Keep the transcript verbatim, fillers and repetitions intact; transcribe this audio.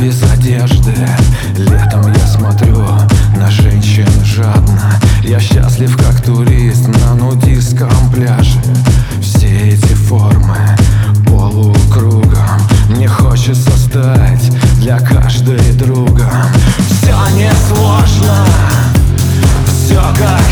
без одежды. Летом я смотрю на женщин жадно. Я счастлив как турист на нудистском пляже. Все эти формы полукругом, мне хочется стать для каждой другом. Все несложно, все как